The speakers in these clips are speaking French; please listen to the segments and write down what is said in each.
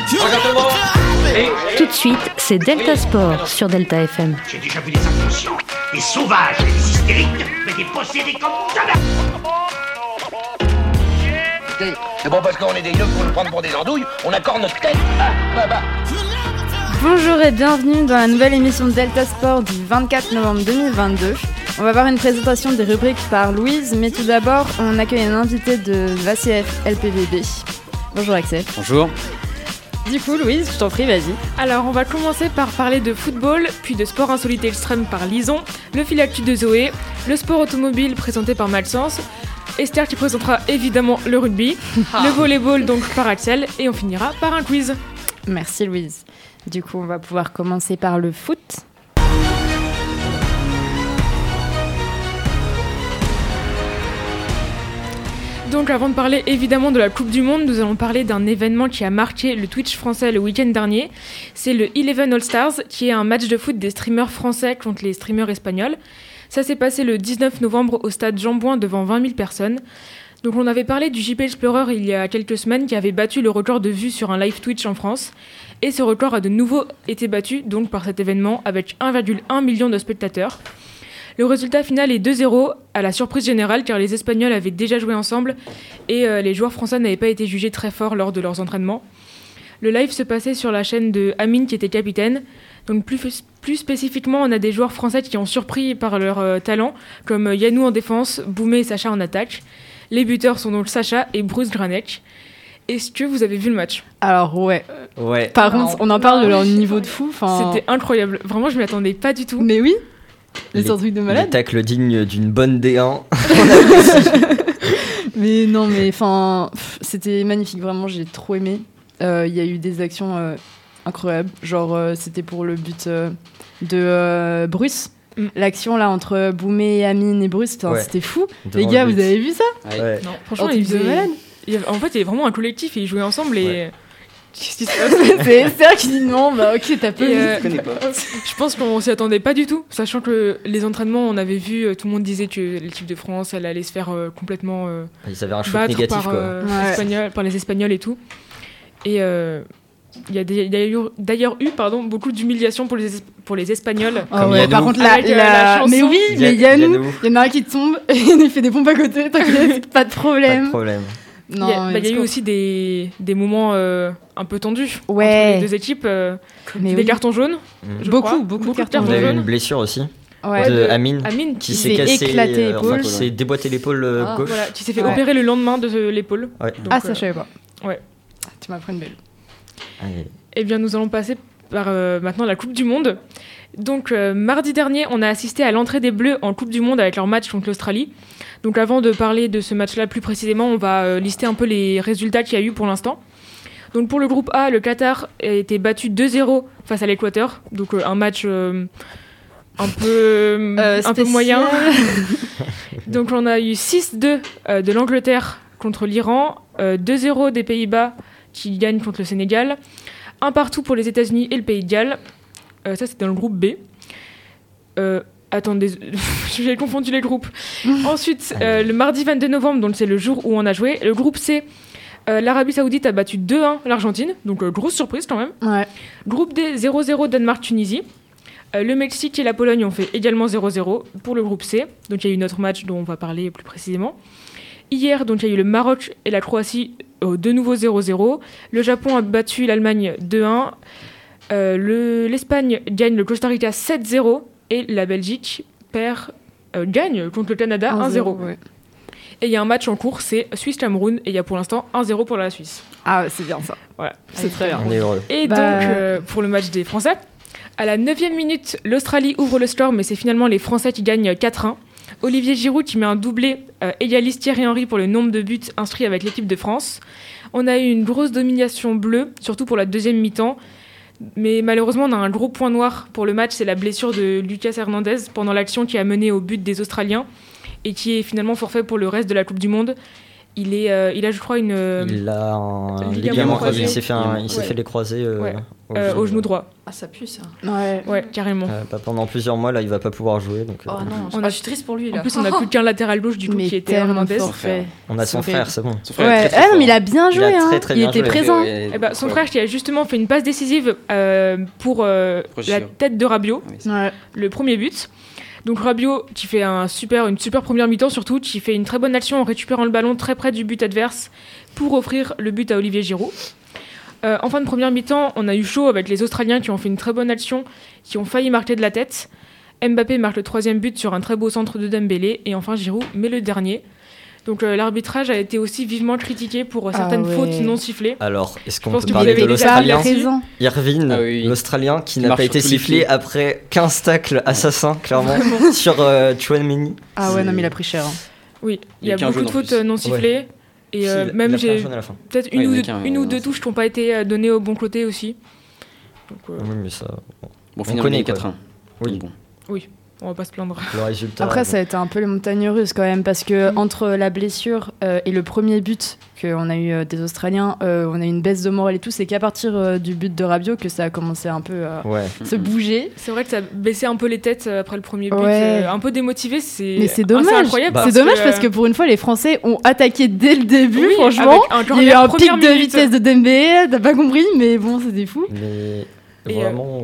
Tout de suite, c'est Delta Sport sur Delta FM. J'ai déjà vu des inconscients, des sauvages, des hystériques, mais des possédés comme jamais. C'est bon parce qu'on est des yeux pour nous prendre pour des andouilles, on accorde notre tête. Bonjour et bienvenue dans la nouvelle émission de Delta Sport du 24 novembre 2022. On va voir une présentation des rubriques par Louise, mais tout d'abord, on accueille un invité de l'ACF LPVB. Bonjour Axel. Bonjour. Du coup, Louise, je t'en prie, vas-y. Alors, on va commencer par parler de football, puis de sport insolite extrême par Lison, le fil actu de Zoé, le sport automobile présenté par Malsens, Esther qui présentera évidemment le rugby, le volleyball donc par Axel, et on finira par un quiz. Merci Louise. Du coup, on va pouvoir commencer par le foot. Donc avant de parler évidemment de la Coupe du Monde, nous allons parler d'un événement qui a marqué le Twitch français le week-end dernier. C'est le Eleven All-Stars, qui est un match de foot des streamers français contre les streamers espagnols. Ça s'est passé le 19 novembre au stade Jean-Bouin devant 20 000 personnes. Donc on avait parlé du JP Explorer il y a quelques semaines qui avait battu le record de vues sur un live Twitch en France. Et ce record a de nouveau été battu donc par cet événement avec 1,1 million de spectateurs. Le résultat final est 2-0 à la surprise générale car les Espagnols avaient déjà joué ensemble et les joueurs français n'avaient pas été jugés très forts lors de leurs entraînements. Le live se passait sur la chaîne de Amine qui était capitaine. Donc plus spécifiquement, on a des joueurs français qui ont surpris par leur talent comme Yannou en défense, Boumé et Sacha en attaque. Les buteurs sont donc Sacha et Bruce Granek. Est-ce que vous avez vu le match ? Alors ouais. Par contre, on en parle de leur niveau de fou. C'était incroyable. Vraiment, je m'y attendais pas du tout. Mais oui. C'est un truc de malade. Les tacles dignes d'une bonne D1. Mais non, mais c'était magnifique. Vraiment, j'ai trop aimé. Il y a eu des actions incroyables. Genre, c'était pour le but de Bruce. L'action là entre Boumé, Amine et Bruce, c'était fou. Les gars, vous avez vu ça ? Ouais. Non, franchement, ils faisaient malade. En fait, il y avait vraiment un collectif et ils jouaient ensemble et... Ouais. Qu'est-ce qui se passe ? C'est Esther qui dit non, bah ok, t'as pas vu. Je connais pas. Je pense qu'on s'y attendait pas du tout, sachant que les entraînements, on avait vu, tout le monde disait que l'équipe de France, elle allait se faire complètement Ils avaient un choc battre négatif par les Espagnols et tout. Et il y a d'ailleurs eu beaucoup d'humiliation pour les Espagnols. Oh ouais, par contre, la chanson. Mais oui, mais Yannou, il y en a un qui tombe et il fait des pompes à côté, t'inquiète, pas de problème. Pas de problème. Il y a eu aussi des moments un peu tendus entre les deux équipes, des cartons jaunes. Beaucoup de cartons jaunes. On a eu une blessure aussi de Amine qui s'est éclaté l'épaule. Qui s'est déboîté l'épaule gauche. Voilà, qui s'est fait opérer le lendemain de l'épaule. Ouais. Donc, ça je savais pas. Ouais. Tu m'as pris une belle. Eh bien, nous allons passer par maintenant la Coupe du Monde. Donc, mardi dernier, on a assisté à l'entrée des Bleus en Coupe du Monde avec leur match contre l'Australie. Donc, avant de parler de ce match-là plus précisément, on va lister un peu les résultats qu'il y a eu pour l'instant. Donc, pour le groupe A, le Qatar a été battu 2-0 face à l'Équateur. Donc, un match un peu moyen. Donc, on a eu 6-2 de l'Angleterre contre l'Iran, 2-0 des Pays-Bas qui gagnent contre le Sénégal, un partout pour les États-Unis et le Pays de Galles. Ça, c'est dans le groupe B. Attendez, j'ai confondu les groupes. Ensuite, le mardi 22 novembre, donc c'est le jour où on a joué, le groupe C, l'Arabie Saoudite a battu 2-1 l'Argentine, donc grosse surprise quand même. Ouais. Groupe D, 0-0 Danemark-Tunisie. Le Mexique et la Pologne ont fait également 0-0 pour le groupe C. Donc il y a eu notre match dont on va parler plus précisément. Hier, donc il y a eu le Maroc et la Croatie, de nouveau 0-0. Le Japon a battu l'Allemagne 2-1. L'Espagne gagne le Costa Rica 7-0 et la Belgique gagne contre le Canada 1-0. Ouais. Et il y a un match en cours, c'est Suisse-Cameroun et il y a pour l'instant 1-0 pour la Suisse. Ah, c'est bien ça. Voilà. C'est très bien. On est heureux. Et donc, pour le match des Français, à la 9e minute, l'Australie ouvre le score, mais c'est finalement les Français qui gagnent 4-1. Olivier Giroud qui met un doublé égalise Thierry Henry pour le nombre de buts inscrits avec l'équipe de France. On a eu une grosse domination bleue, surtout pour la deuxième mi-temps. Mais malheureusement, on a un gros point noir pour le match, c'est la blessure de Lucas Hernandez pendant l'action qui a mené au but des Australiens et qui est finalement forfait pour le reste de la Coupe du Monde. il a, je crois, il a un ligament croisé. Il s'est fait les croisés au genou droit. Ah, ça pue ça. Ouais, carrément. Pendant plusieurs mois, là, il va pas pouvoir jouer. Donc, oh non, je suis triste pour lui. Là. En plus, on a plus qu'un latéral gauche du coup qui était Hernandez. On a son frère, c'est bon. Mais il a bien joué. Il était présent. Son frère qui a justement fait une passe décisive pour la tête de Rabiot, le premier but. Donc Rabiot qui fait une super première mi-temps surtout, qui fait une très bonne action en récupérant le ballon très près du but adverse pour offrir le but à Olivier Giroud. En fin de première mi-temps, on a eu chaud avec les Australiens qui ont fait une très bonne action, qui ont failli marquer de la tête. Mbappé marque le 3e but sur un très beau centre de Dembélé et enfin Giroud met le dernier. Donc l'arbitrage a été aussi vivement critiqué pour certaines fautes non sifflées. Alors, est-ce qu'on peut parler de l'Australien Irvine, l'Australien qui n'a pas été sifflé après 15 tacles assassins, clairement, sur Chouameni. Ah ouais, non mais il a pris cher. Oui, il y a beaucoup de fautes non sifflées. Et même j'ai peut-être une ou deux touches qui n'ont pas été données au bon côté aussi. Donc, oui, mais ça... Bon, on connaît 4-1. Oui. Bon. Oui. On va pas se plaindre. Le résultat, après, ça a été un peu les montagnes russes quand même, parce que entre la blessure et le premier but qu'on a eu des Australiens, on a eu une baisse de morale et tout. C'est qu'à partir du but de Rabiot que ça a commencé un peu à se bouger. C'est vrai que ça a baissé un peu les têtes après le premier but, un peu démotivé. Mais c'est dommage. Incroyable. C'est dommage parce que pour une fois, les Français ont attaqué dès le début. Franchement, il y a eu un pic de vitesse de Dembélé. T'as pas compris, mais bon, c'était fou. Mais vraiment.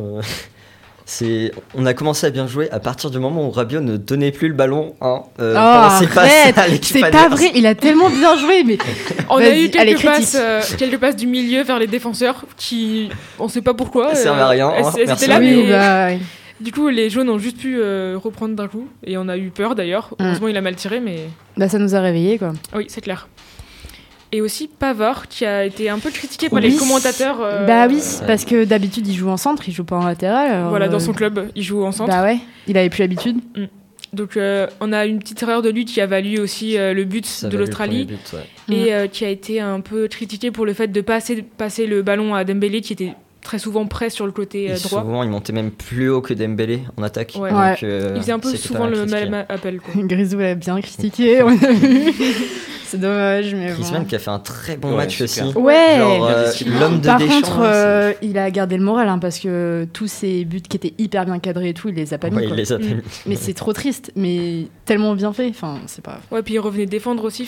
On a commencé à bien jouer à partir du moment où Rabiot ne donnait plus le ballon pendant ses passes à l'équipe adverse. C'est pas vrai, il a tellement bien joué. Mais on a eu quelques passes du milieu vers les défenseurs qui, on sait pas pourquoi. Ça servait à rien. C'était là, mais du coup les jaunes ont juste pu reprendre d'un coup et on a eu peur d'ailleurs. Heureusement il a mal tiré, mais ça nous a réveillés quoi. Oui, c'est clair. Et aussi Pavard qui a été un peu critiqué par les commentateurs. Parce que d'habitude il joue en centre, il joue pas en latéral. Alors, voilà, dans son club, il joue en centre. Il avait plus l'habitude. Donc on a une petite erreur de lui qui a valu aussi le but de l'Australie et qui a été un peu critiqué pour le fait de passer le ballon à Dembélé qui était très souvent près sur le côté droit. Souvent, il montait même plus haut que Dembélé en attaque. Ouais. Donc, il faisait un peu souvent le même appel. Grisou l'a bien critiqué, on a vu. C'est dommage, mais Griezmann qui a fait un très bon match aussi. Ouais. Genre, l'homme de Par Deschamps. Par contre, il a gardé le moral parce que tous ses buts qui étaient hyper bien cadrés et tout, il les a pas mis. Il les a pas mis. Mais c'est trop triste, mais tellement bien fait. Enfin, c'est pas. Ouais, puis il revenait défendre aussi.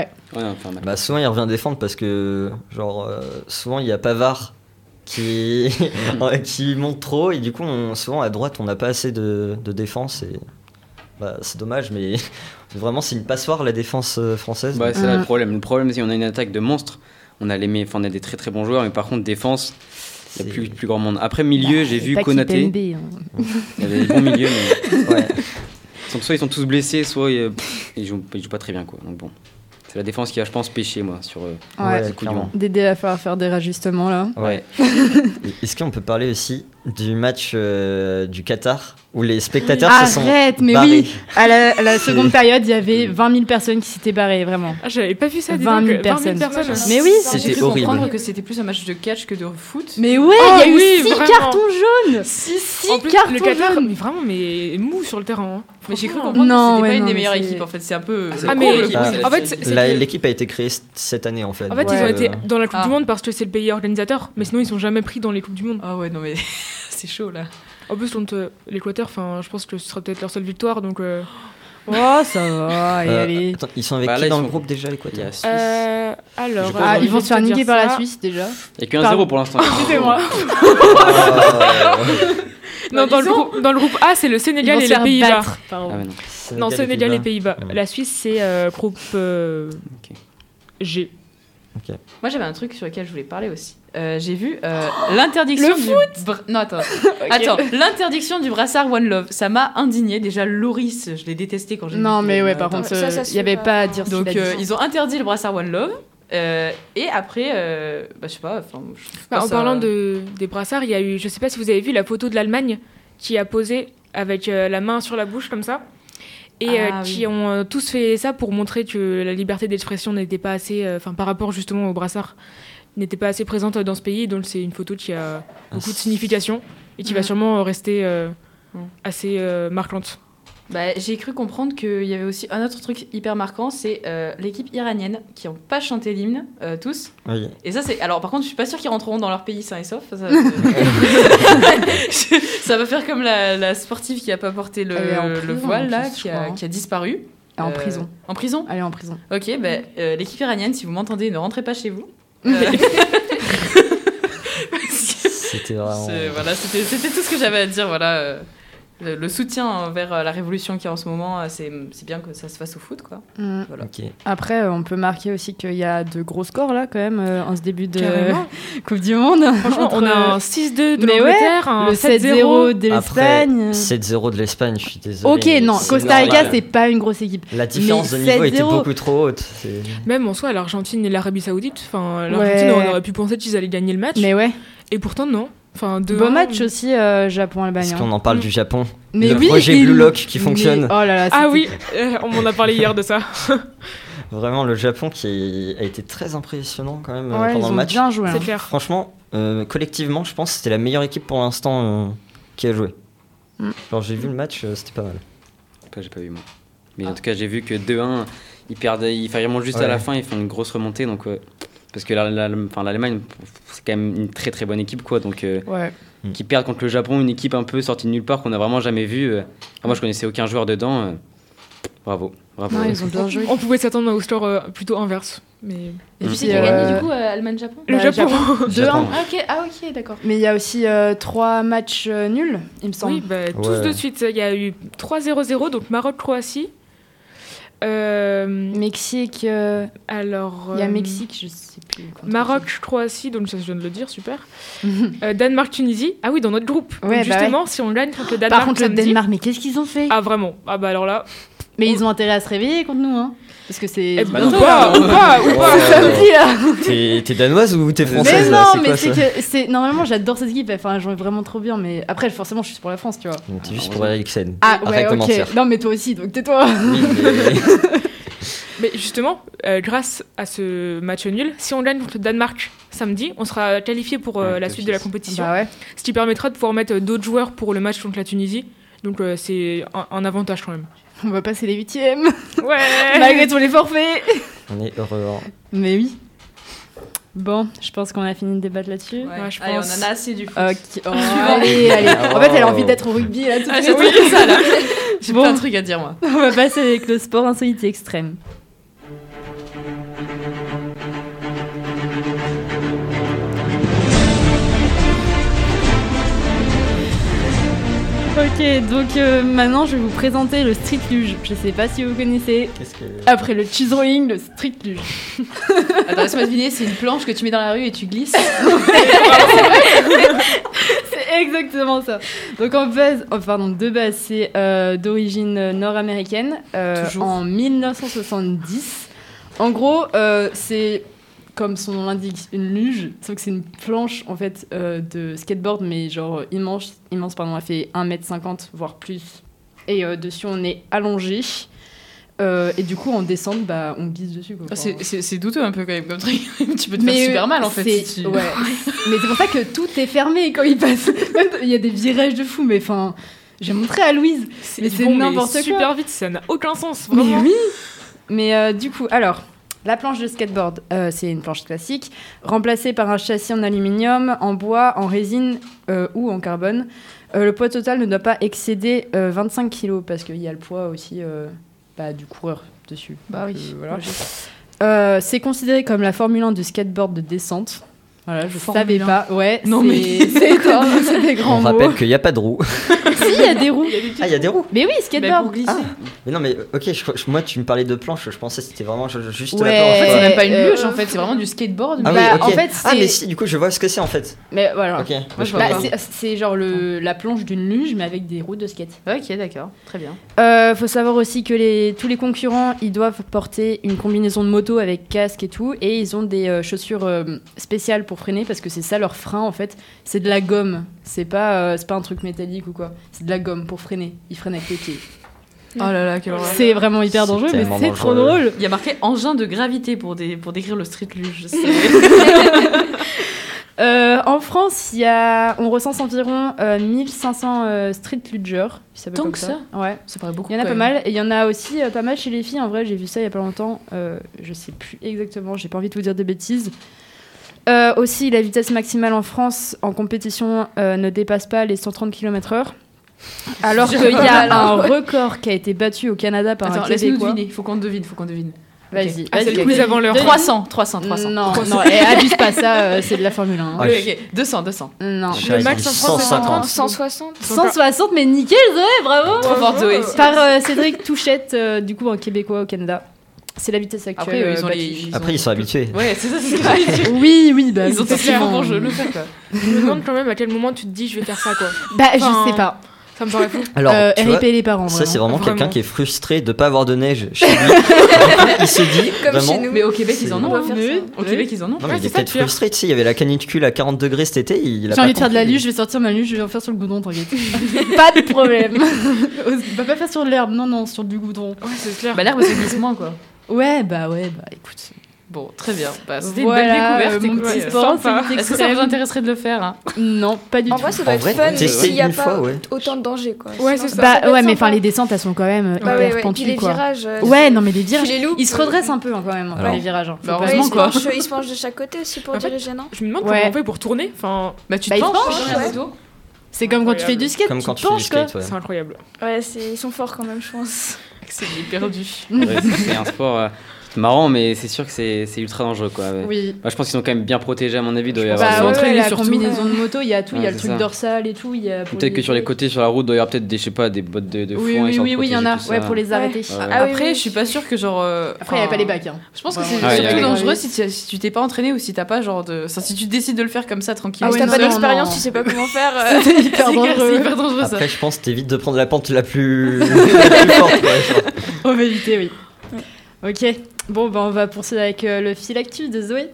Souvent il revient défendre parce que souvent il y a Pavard qui monte trop et du coup souvent à droite on n'a pas assez de défense et c'est dommage, mais vraiment c'est une passoire la défense française. C'est là le problème. Le problème c'est qu'on a une attaque de monstres. On a des très très bons joueurs, mais par contre défense il n'y a plus grand monde. Après milieu j'ai vu Konaté. Il y avait des bons milieux, mais soit ils sont tous blessés, soit ils jouent pas très bien quoi. Donc bon. C'est la défense qui a, je pense, pêché, moi, sur ce coup du monde. D'aider à faire des rajustements, là. Ouais. Est-ce qu'on peut parler aussi du match du Qatar, où les spectateurs se sont barrés? Mais oui. À la seconde période, il y avait 20 000 personnes qui s'étaient barrées, vraiment. Ah, j'avais pas vu ça. 20 000 personnes. Mais oui, c'était j'ai horrible. comprendre que c'était plus un match de catch que de foot. Mais ouais, il y a eu 6 cartons jaunes. 6 cartons le Qatar, jaunes. Mais vraiment, mais mou sur le terrain. Mais j'ai cru comprendre que c'était pas une des meilleures équipes, en fait. C'est un peu... En fait, l'équipe a été créée cette année, en fait. En fait, ils ont été dans la Coupe du Monde parce que c'est le pays organisateur, mais sinon, ils sont jamais pris dans les Coupes du Monde. Ah ouais, non mais c'est chaud, là. En plus, contre l'Équateur, je pense que ce sera peut-être leur seule victoire, donc... Oh, ça va, allez. Attends, ils sont avec qui dans le groupe déjà, l'Équateur? Alors... ils vont se faire niquer par la Suisse, déjà. Il n'y a qu'un 0 pour l'instant. Excusez-moi. Non, dans le groupe A, c'est le Sénégal et les Pays-Bas. Non, Sénégal et les Pays-Bas. La Suisse, c'est groupe G. Okay. Moi, j'avais un truc sur lequel je voulais parler aussi. J'ai vu l'interdiction l'interdiction du brassard One Love. Ça m'a indignée. Déjà, Loris, je l'ai détesté quand j'ai vu. Non, mais par contre, il n'y avait pas à dire. Donc, ils ont interdit le brassard One Love. Et après, je sais pas. En parlant des brassards, il y a eu, je sais pas si vous avez vu la photo de l'Allemagne qui a posé avec la main sur la bouche comme ça. Et qui ont tous fait ça pour montrer que la liberté d'expression n'était pas assez, par rapport justement au brassard, n'était pas assez présente dans ce pays. Donc c'est une photo qui a beaucoup de signification et qui va sûrement rester assez marquante. J'ai cru comprendre qu'il y avait aussi un autre truc hyper marquant, c'est l'équipe iranienne qui n'ont pas chanté l'hymne, tous. Oui. Et ça, c'est... Alors, par contre, je suis pas sûre qu'ils rentreront dans leur pays sains et saufs. Ça va faire comme la sportive qui a pas porté le voile, là, qui a disparu. En prison. En prison ? Elle est en prison. Ok, l'équipe iranienne, si vous m'entendez, ne rentrez pas chez vous. C'était vraiment... C'était tout ce que j'avais à dire, voilà. Le soutien envers la révolution qu'il y a en ce moment, c'est bien que ça se fasse au foot, quoi. Voilà. Okay. Après, on peut marquer aussi qu'il y a de gros scores, là, quand même, en ce début de Coupe du Monde. Franchement, on a un 6-2 de l'Angleterre, un le 7-0 de l'Espagne. 7-0 de l'Espagne, je suis désolé. Ok, non, Costa Rica, c'est pas une grosse équipe. La différence de niveau était beaucoup trop haute. Même en soi, l'Argentine et l'Arabie Saoudite, l'Argentine, on aurait pu penser qu'ils allaient gagner le match. Mais ouais. Et pourtant, non. Beau match aussi, Japon-Albanie. Parce qu'on en parle du Japon. Mais le projet Blue Lock qui fonctionne. Oh là là, oui, on m'en a parlé hier de ça. Vraiment, le Japon qui a été très impressionnant quand même pendant le match. Bien joué. C'est clair. Franchement, collectivement, je pense que c'était la meilleure équipe pour l'instant qui a joué. Genre, j'ai vu le match, c'était pas mal. J'ai pas vu moi. Mais en tout cas, j'ai vu que 2-1, ils perdent, ils remontent juste à la fin, ils font une grosse remontée, donc parce que l'Allemagne, c'est quand même une très très bonne équipe, quoi. Donc, qui perdent contre le Japon, une équipe un peu sortie de nulle part qu'on n'a vraiment jamais vue. Moi, je connaissais aucun joueur dedans. Bravo. Non, ils ont bien joué. On pouvait s'attendre au score plutôt inverse. Mais... Et puis, c'est qui a gagné du coup, Allemagne-Japon ? Le Japon. 2-1. Ok, d'accord. Mais il y a aussi 3 matchs nuls, il me semble. Oui, tous de suite. Il y a eu 3-0-0, donc Maroc-Croatie. Mexique. Alors, il y a Mexique, je sais plus. Maroc-Croatie, donc ça je viens de le dire, super. Danemark-Tunisie. Ah oui, dans notre groupe. Ouais, donc, justement, si on gagne contre le Danemark. Par contre, le Danemark, mais qu'est-ce qu'ils ont fait ? Ah vraiment ? Ah bah alors là. Mais ils ont intérêt à se réveiller contre nous, hein. Parce que c'est. Ou pas. Samedi là. T'es danoise ou t'es française? Mais non, là, mais c'est que c'est normalement j'adore cette équipe. Enfin, elle joue vraiment trop bien. Mais après, forcément, je suis pour la France, tu vois. T'es juste pour Eriksen. Ah ouais, ok. Non, mais toi aussi, donc tais-toi. Oui, mais justement, grâce à ce match nul, si on gagne contre le Danemark samedi, on sera qualifié pour la suite de la compétition. Bah ouais. Ce qui permettra de pouvoir mettre d'autres joueurs pour le match contre la Tunisie. Donc c'est un avantage quand même. On va passer les 8e. Ouais. Malgré tous les forfaits. On est heureux. Mais oui. Bon, je pense qu'on a fini de débattre là-dessus. Ouais, je allez, pense. on en a assez du foot. Okay. Oh, allez. En fait, elle a envie d'être au rugby là tout de suite. Oui, c'est ça là. J'ai plein de trucs à dire moi. On va passer avec le sport insolite et extrême. Ok, donc maintenant je vais vous présenter le street luge. Je sais pas si vous connaissez. Après le cheese rolling, le street luge. Attends, laisse-moi deviner, c'est une planche que tu mets dans la rue et tu glisses. C'est exactement ça. Donc de base, c'est d'origine nord-américaine, en 1970. En gros, c'est comme son nom l'indique, une luge, sauf que c'est une planche en fait de skateboard, mais genre immense, pardon, elle fait 1m50 voire plus. Et dessus on est allongé. Et du coup en descente, bah on glisse dessus. Quoi. C'est douteux un peu quand même comme truc. Tu peux te faire super mal en fait. Si tu... Ouais. Mais c'est pour ça que tout est fermé quand il passe. Il y a des virages de fou, mais enfin, j'ai montré à Louise. Mais c'est n'importe quoi. Super vite, ça n'a aucun sens. Vraiment. Mais oui. Mais du coup, alors. La planche de skateboard, c'est une planche classique, remplacée par un châssis en aluminium, en bois, en résine ou en carbone. Le poids total ne doit pas excéder 25 kg, parce qu'il y a le poids aussi du coureur dessus. Bah oui. Voilà. C'est considéré comme la Formule 1 du skateboard de descente. Voilà, je savais pas. Ouais, non, c'est des grands mots. On rappelle qu'il n'y a pas de roues. Si, il y a des roues. Il y a des roues. Mais oui, skateboard. Pour glisser. Mais non, mais ok, moi tu me parlais de planche, je pensais que c'était vraiment juste ouais, la planche. En fait, c'est même pas une luge, en fait, c'est vraiment du skateboard. Ah oui, ok. En fait, mais si, du coup, je vois ce que c'est en fait. Mais voilà. Ok. Moi, je vois pas. C'est genre la planche d'une luge, mais avec des roues de skate. Ok, d'accord, très bien. Faut savoir aussi que tous les concurrents, ils doivent porter une combinaison de moto avec casque et tout, et ils ont des chaussures spéciales pour freiner, parce que c'est ça leur frein en fait. C'est de la gomme. C'est pas un truc métallique ou quoi. C'est de la gomme pour freiner. Ils freinent avec les pieds. Oh là là, quelle horreur. C'est vraiment hyper dangereux, mais c'est trop drôle. Il y a marqué engin de gravité pour décrire le street luge. En France, on recense environ 1500 street lugers. Tant que ça. Ouais. Ça paraît beaucoup. Il y en a pas mal. Et il y en a aussi pas mal chez les filles. En vrai, j'ai vu ça il y a pas longtemps. Je sais plus exactement, j'ai pas envie de vous dire de bêtises. Aussi, la vitesse maximale en France en compétition ne dépasse pas les 130 km/h. Alors qu'il y a un record qui a été battu au Canada par un Québécois. Deviner. Faut qu'on devine. Vas-y. C'est le quiz avant l'heure. 300. Non, abuse pas, ça, c'est de la Formule 1. Hein. Ok, 200. Non. Le max en France, 160. 160, mais nickel, Zoé, bravo. Trop fort, Zoé. Par Cédric Touchette, du coup, un Québécois au Canada. C'est la vitesse actuelle. Après, ils sont habitués. Ouais, c'est ça, c'est ce que j'allais dire. Oui, bah. Ils ont tellement bon jeu le faire, quoi. Je me demande quand même à quel moment tu te dis je vais faire ça, quoi. Bah, je sais pas. Ça me paraît fou. Alors, RIP les parents. Ça, c'est vraiment quelqu'un Vraiment. qui est frustré de ne pas avoir de neige chez lui. Il se dit, Comme vraiment. chez nous. Mais au Québec, ils en ont. On va faire ça. Au Québec, ils en ont. Non, mais il est c'est ça, peut-être pire. frustré. Tu sais, il y avait la canicule à 40 degrés cet été. J'ai envie de faire de la luge, je vais sortir ma luge, je vais en faire sur le goudron, t'inquiète. Pas de problème. Va pas faire sur de l'herbe, non, sur du goudron. Ouais, c'est clair. Bah, l'herbe, ça glisse moins, quoi. Ouais, bah écoute. Bon, très bien. Bah, c'était Voilà, une belle découverte. mon petit écoute. sport, Sympa. c'est Est-ce que ça vous intéresserait de le faire hein Non, pas du En tout. vrai, ça doit En être vrai, fun tester s'il n'y a une pas fois, ouais. autant de danger, quoi. Ouais, Sinon, c'est ça Bah peut être ouais, mais sympa. enfin les descentes elles sont quand même Bah hyper ouais, puis pentues les quoi. virages. Ouais, non mais les virages, Tu les loupes. ils se redressent un peu quand même, Alors. les virages. Hein. Faut Bah, pas- heureusement, quoi. Ils se penchent de chaque côté aussi pour En fait, diriger, non? Je me demande Ouais. comment on fait pour tourner. Enfin, Bah, tu Bah, te ils se penches penchent, sur un ouais. vélo. C'est comme quand tu fais du skate, Comme tu quand te tu fais du penches quoi. skate, ouais. c'est incroyable. Ouais, ils sont forts quand même, je pense. C'est perdu. Ouais, c'est un sport marrant, mais c'est sûr que c'est ultra dangereux, quoi. Ouais. Oui. Moi, je pense qu'ils sont quand même bien protégés, à mon avis. Il doit y Bah avoir ouais, s'entraîner la surtout. combinaison de moto, il y a tout, il y a Ouais, le c'est truc ça. dorsal et tout, il y a pour Peut-être que sur les éviter. côtés, sur la route, il doit y avoir peut-être des bottes de Oui, foin. oui, histoire de il y en a, protéger tout ouais, ça. pour les arrêter. Ouais. Ah oui, Après, oui. je suis pas sûre que genre. Après, il n'y a pas les bacs. Hein. Je pense que Vraiment. c'est Ouais, surtout ouais. dangereux si tu t'es pas entraîné ou si t'as pas genre de. Enfin, si tu décides de le faire comme ça tranquille. Ah Si ouais, t'as pas non, d'expérience, non. tu sais pas comment faire. C'est hyper C'est dangereux. hyper dangereux ça. Après, je pense que t'évites de prendre la pente la plus forte. Quoi, genre. On va éviter, oui. Ok, bon, bah on va poursuivre avec le fil actu de Zoé.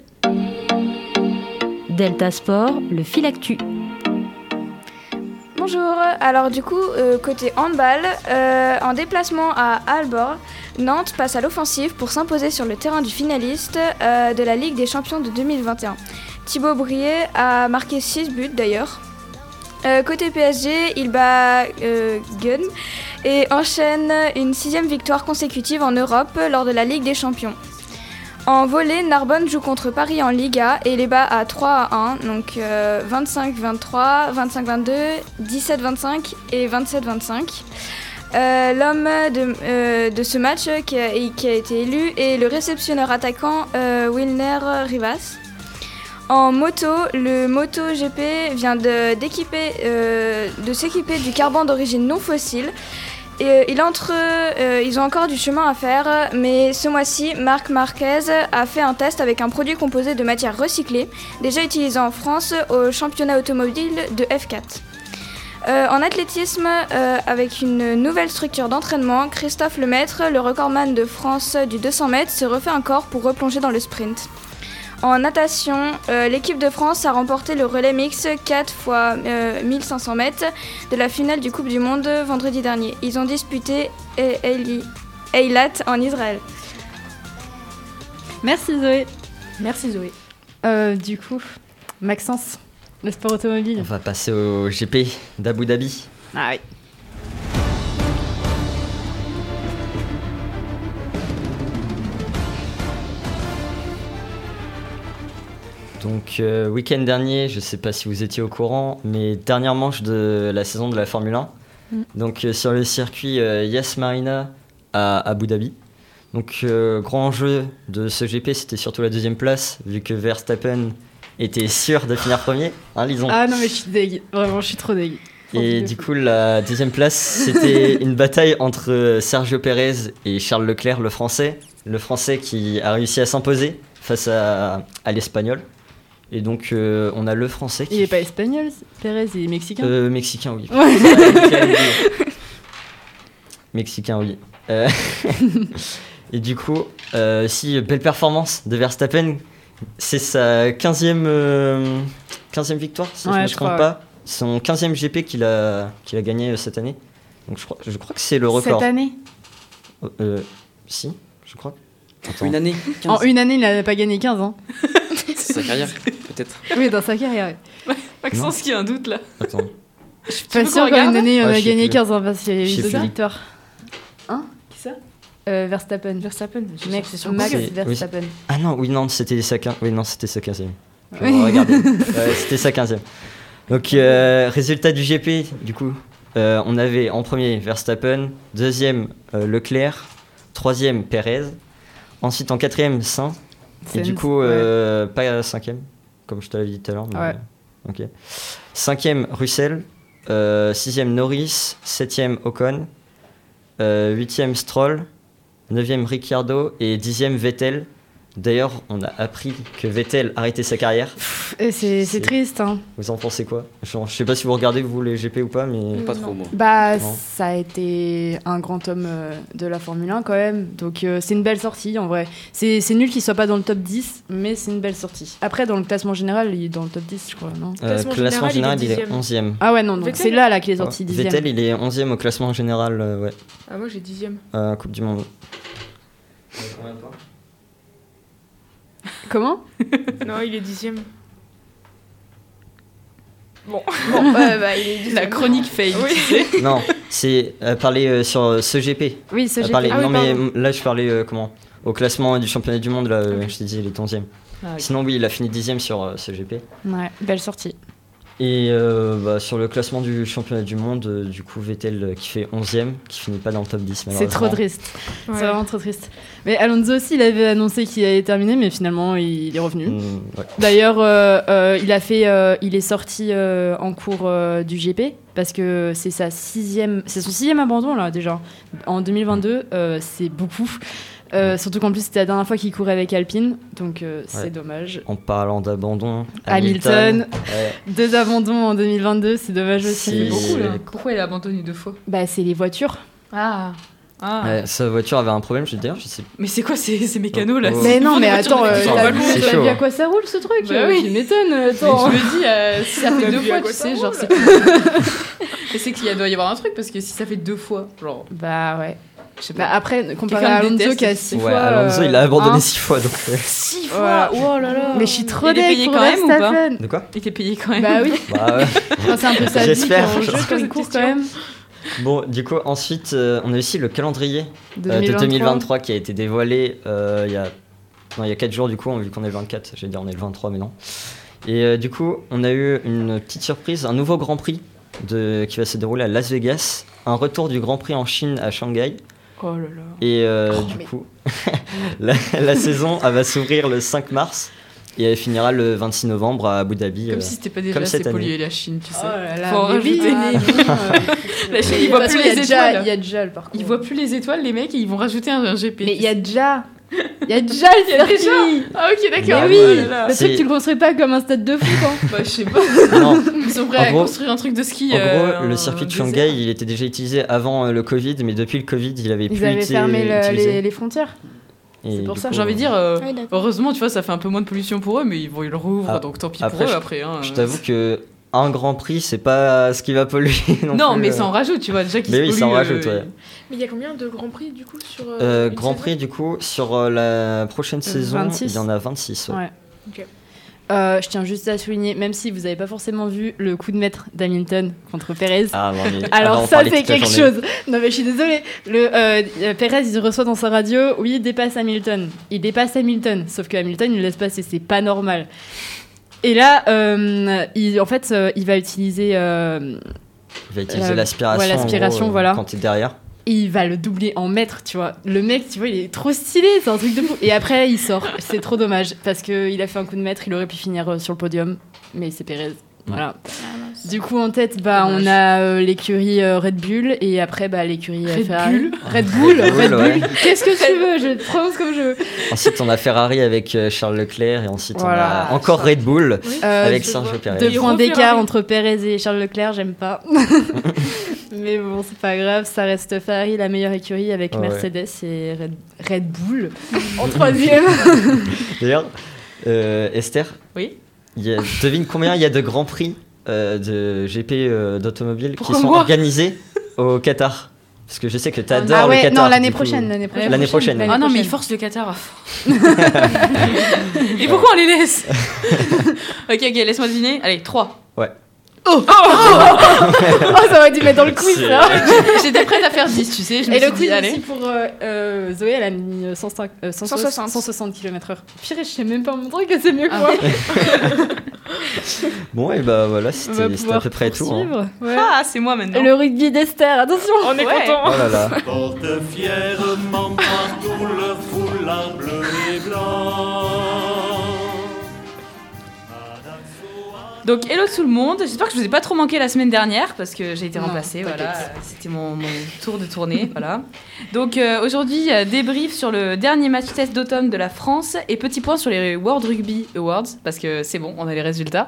Delta Sport, le fil actu. Bonjour, alors du coup, côté handball, en déplacement à Aalborg, Nantes passe à l'offensive pour s'imposer sur le terrain du finaliste de la Ligue des Champions de 2021. Thibaut Brier a marqué 6 buts d'ailleurs. Côté PSG, il bat Gunn et enchaîne une 6e victoire consécutive en Europe lors de la Ligue des Champions. En volley, Narbonne joue contre Paris en Liga et les bat à 3-1, donc 25-23, 25-22, 17-25 et 27-25. L'homme de ce match qui a été élu est le réceptionneur attaquant Wilner Rivas. En moto, le MotoGP vient de s'équiper du carbone d'origine non fossile. Et ils ont encore du chemin à faire, mais ce mois-ci, Marc Marquez a fait un test avec un produit composé de matières recyclées, déjà utilisé en France au championnat automobile de F4. En athlétisme, avec une nouvelle structure d'entraînement, Christophe Lemaître, le recordman de France du 200 mètres, se refait un corps pour replonger dans le sprint. En natation, l'équipe de France a remporté le relais mix 4 x 1500 mètres de la finale du Coupe du Monde vendredi dernier. Ils ont disputé Eilat en Israël. Merci Zoé. Merci Zoé. Du coup, Maxence, le sport automobile. On va passer au GP d'Abu Dhabi. Ah oui. Donc, week-end dernier, je sais pas si vous étiez au courant, mais dernière manche de la saison de la Formule 1. Donc, sur le circuit Yas Marina à Abu Dhabi. Donc, grand enjeu de ce GP, c'était surtout la deuxième place, vu que Verstappen était sûr de finir premier. Hein, Lison. Ah non, mais je suis dégue. Vraiment, je suis trop dégue. Et du coup, la deuxième place, c'était une bataille entre Sergio Pérez et Charles Leclerc, le Français. Le Français qui a réussi à s'imposer face à l'Espagnol. Et donc, on a le Français qui... Il est pas espagnol, Pérez, il est mexicain. Mexicain, oui. Ouais. Mexicain, oui. Et du coup, si, belle performance de Verstappen. C'est sa 15e victoire, si je ne me trompe pas. Son 15e GP qu'il a gagné cette année. Donc je crois que c'est le record. Cette année Si, je crois. Une année 15. En une année, il n'a pas gagné 15 ans. C'est sa carrière. peut-être. Oui, dans sa carrière. Ouais. Maxence qui a un doute là. Attends. Je suis pas sûre qu'une année on a gagné 15 ans parce qu'il y a eu 2 plus. victoires. Hein? Qui ça? Verstappen. Mec, c'est sur Max Verstappen. Oui. Ah non, oui, non, c'était sa 15e. Oui. Regardez. C'était sa 15e. Donc, résultat du GP, du coup. On avait en premier Verstappen, deuxième Leclerc, troisième Perez, ensuite en quatrième Sainz, et du coup pas cinquième, comme je te l'avais dit tout à l'heure. Ouais. Ok. Cinquième Russell, sixième Norris, septième Ocon, huitième Stroll, neuvième Ricciardo et dixième Vettel. D'ailleurs, on a appris que Vettel arrêtait sa carrière. C'est triste, hein. Vous en pensez quoi? Genre, je sais pas si vous regardez, vous, les GP ou pas, mais... Pas trop, moi. Bah, Non. ça a été un grand homme de la Formule 1, quand même. Donc, c'est une belle sortie, en vrai. C'est nul qu'il soit pas dans le top 10, mais c'est une belle sortie. Après, dans le classement général, il est dans le top 10, je crois, non? Classement général, il est 11e. Ah ouais, non, donc Vettel, c'est là qu'il est sorti 10e. Vettel, il est 11e au classement général, ouais. Ah, moi j'ai 10e. Coupe du Monde. Comment? Non, il est 10e. Bon, bah, il est La chronique fail, tu sais. Non, c'est parler sur ce GP. Oui, ce GP. Parler, Ah oui, non, mais pardon. là, je parlais comment au classement du championnat du monde, là, je t'ai dit, il est 11e. Ah, oui. Sinon, oui, il a fini 10e sur ce GP. Ouais, belle sortie. Et sur le classement du championnat du monde, du coup, Vettel qui fait 11e, qui finit pas dans le top 10, C'est malheureusement. trop triste. Ouais. C'est vraiment trop triste. Mais Alonso aussi, il avait annoncé qu'il allait terminer, mais finalement, il est revenu. Ouais. D'ailleurs, il est sorti en cours du GP parce que c'est son 6e abandon là déjà. En 2022, c'est beaucoup. Surtout qu'en plus c'était la dernière fois qu'il courait avec Alpine, donc c'est dommage. En parlant d'abandon, Hamilton, ouais. 2 abandons en 2022, c'est dommage aussi. C'est Beaucoup là. Pourquoi il a abandonné 2 fois? Bah c'est les voitures. Ah. Ouais, sa voiture avait un problème, d'ailleurs, je sais. Mais c'est quoi ces mécanos là? Oh. Mais non, mais voitures attends, de c'est t'as chaud, vu à hein. quoi ça roule ce truc? Bah oui. Tu m'étonnes, Mais attends. je me dis, si ça fait On a 2 vu fois, à quoi tu ça sais, roule. genre c'est. Mais c'est qu'il doit y avoir un truc parce que si ça fait 2 fois, genre. Bah ouais. Je sais Bah pas. après, comparé à Quelqu'un me Alonso déteste, qui a c'est- 6 Ouais, fois. Alonso, il a abandonné hein. 6 fois, donc. 6 Voilà. fois. Oh là là. Mais je suis trop Il est deg payé pour quand même ou pas Verstappen. De quoi? Il était payé quand même. Bah oui. Bah ouais. Enfin, c'est un peu sa vie J'espère. quand on joue comme cours quand même. Bon, du coup, ensuite, on a aussi le calendrier De de 2023 qui a été dévoilé il y a 4 jours, du coup, vu qu'on est le 24. J'allais dire on est le 23, mais non. Et du coup, on a eu une petite surprise, un nouveau Grand Prix qui va se dérouler à Las Vegas, un retour du Grand Prix en Chine à Shanghai. Oh là là. Et du coup, la saison elle va s'ouvrir le 5 mars et elle finira le 26 novembre à Abu Dhabi. Comme si c'était pas déjà comme assez cette année. pollué la Chine, tu sais. Oh là là, Faut en mais oui, rajouter. La Chine, ils De voient toute plus façon, les étoiles. Il y a déjà le parcours. Ils voient plus les étoiles, les mecs, et ils vont rajouter un GP. Mais il y a déjà. Il y a déjà le Il y a déjà circuit. Ah ok, d'accord. Mais oui, Oh là là. le C'est- truc tu le construis pas comme un stade de foot. Hein. Bah, je sais pas. Non, Ils sont prêts En à gros- construire un truc de ski. en gros, le un circuit de désert. Shanghai, il était déjà utilisé avant le Covid, mais depuis le Covid, il avait Ils plus avaient été fermé utilisé. les frontières. Et c'est pour du ça. coup, J'ai envie de dire, Oui, d'accord. heureusement, tu vois, ça fait un peu moins de pollution pour eux, mais ils le rouvrent, Ah, donc tant pis après, pour eux après. Hein. je t'avoue que un Grand Prix, c'est pas ce qui va polluer Non, plus, mais ça en rajoute, tu vois, déjà qu'ils Mais se oui, polluent. ça en rajoute, ouais. Mais il y a combien de grands prix du coup sur Grand Prix, du coup, sur la prochaine saison, 26. il y en a 26. Ouais. Ouais. Ok. Je tiens juste à souligner, même si vous n'avez pas forcément vu le coup de maître d'Hamilton contre Perez. Ah, non, mais on va Alors en ça parler c'est toute la quelque journée. chose. Non mais je suis désolée. Perez il reçoit dans sa radio, oui il dépasse Hamilton. Il dépasse Hamilton, sauf que Hamilton il le laisse passer, c'est pas normal. Et là, il va utiliser, Il va utiliser l'aspiration, ouais, l'aspiration, en gros, voilà. quand t'es derrière. il va le doubler en mètres, tu vois. Le mec, tu vois, il est trop stylé, c'est un truc de fou. Et après, il sort. C'est trop dommage parce qu'il a fait un coup de maître, il aurait pu finir sur le podium, mais c'est Perez. Voilà. Du coup, en tête, on a l'écurie Red Bull et après, l'écurie Ferrari. Red Bull. Ouais. Qu'est-ce que tu veux? Je te prononce comme je veux. Ensuite, on a Ferrari avec Charles Leclerc et ensuite Voilà. on a encore Red Bull avec je Sergio vois. Perez. 2 Et points Ferrari. d'écart entre Perez et Charles Leclerc, j'aime pas. Mais bon, c'est pas grave, ça reste Ferrari, la meilleure écurie avec Ouais. Mercedes et Red Bull en troisième. D'ailleurs, Esther, Oui. devine combien il y a de grands prix de GP d'automobile qui Pourquoi sont moi organisés au Qatar. Parce que je sais que t'adores le Qatar. Non, l'année prochaine. L'année prochaine. Ah non, mais ils forcent le Qatar à fond. Et pourquoi on les laisse? Ok, laisse-moi deviner. Allez, 3. Ouais. Oh, ça aurait dû mettre dans le quiz, ça. J'étais prête à faire 10, tu sais. Et le quiz aussi pour Zoé, elle a mis 160 km/h. Pire, je sais même pas montrer que c'est mieux que moi. Bon, et bah voilà, c'était à peu près tout. Hein. Ouais. Ah, c'est moi maintenant. Le rugby d'Esther, attention. On est content. Oh là là. Porte fièrement partout leur foulard bleu et blanc. Donc hello tout le monde, j'espère que je vous ai pas trop manqué la semaine dernière parce que j'ai été remplacée, voilà, c'était mon tour de tournée, voilà. Donc aujourd'hui, débrief sur le dernier match test d'automne de la France et petit point sur les World Rugby Awards parce que c'est bon, on a les résultats.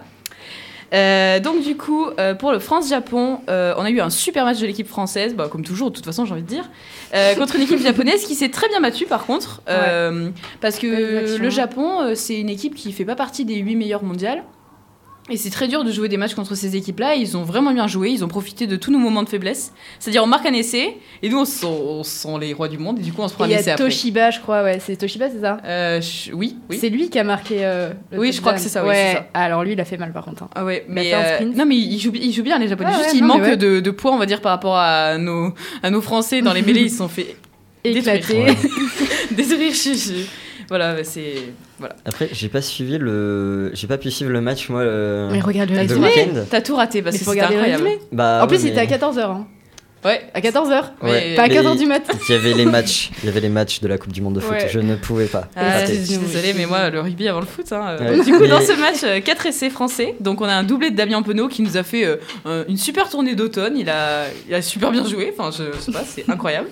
Donc du coup, pour le France-Japon, on a eu un super match de l'équipe française, bah, comme toujours de toute façon j'ai envie de dire, contre une équipe japonaise qui s'est très bien battue par contre, parce que le Japon, c'est une équipe qui fait pas partie des 8 meilleures mondiales. Et c'est très dur de jouer des matchs contre ces équipes-là. Ils ont vraiment bien joué. Ils ont profité de tous nos moments de faiblesse. C'est-à-dire, on marque un essai, et nous, on sent les rois du monde, et du coup, on se prend un essai après. Il y a Toshiba, je crois, ouais. C'est Toshiba, c'est ça Oui. C'est lui qui a marqué. Oui, je crois que c'est ça. Oui, ouais. c'est ça. Alors lui, il a fait mal par contre. Hein. Ah ouais, mais non, mais il joue bien les Japonais. Juste, il manque de poids, on va dire, par rapport à nos Français dans les mêlées. Ils se sont fait éclater. Détruire. Voilà, c'est. Voilà. Après, j'ai pas pu suivre le match, moi. Mais regarde le week-end. T'as tout raté parce que c'était incroyable. Bah, en plus, c'était à 14h. Hein. Ouais. À 14h. Ouais. Pas à 15h du matin. Il y avait les matchs de la Coupe du Monde de foot. Je ne pouvais pas. Je suis désolée, mais moi, le rugby avant le foot. Hein, Du coup, dans ce match, 4 essais français. Donc, on a un doublé de Damien Penaud qui nous a fait une super tournée d'automne. Il a super bien joué. Enfin, je sais pas, c'est incroyable.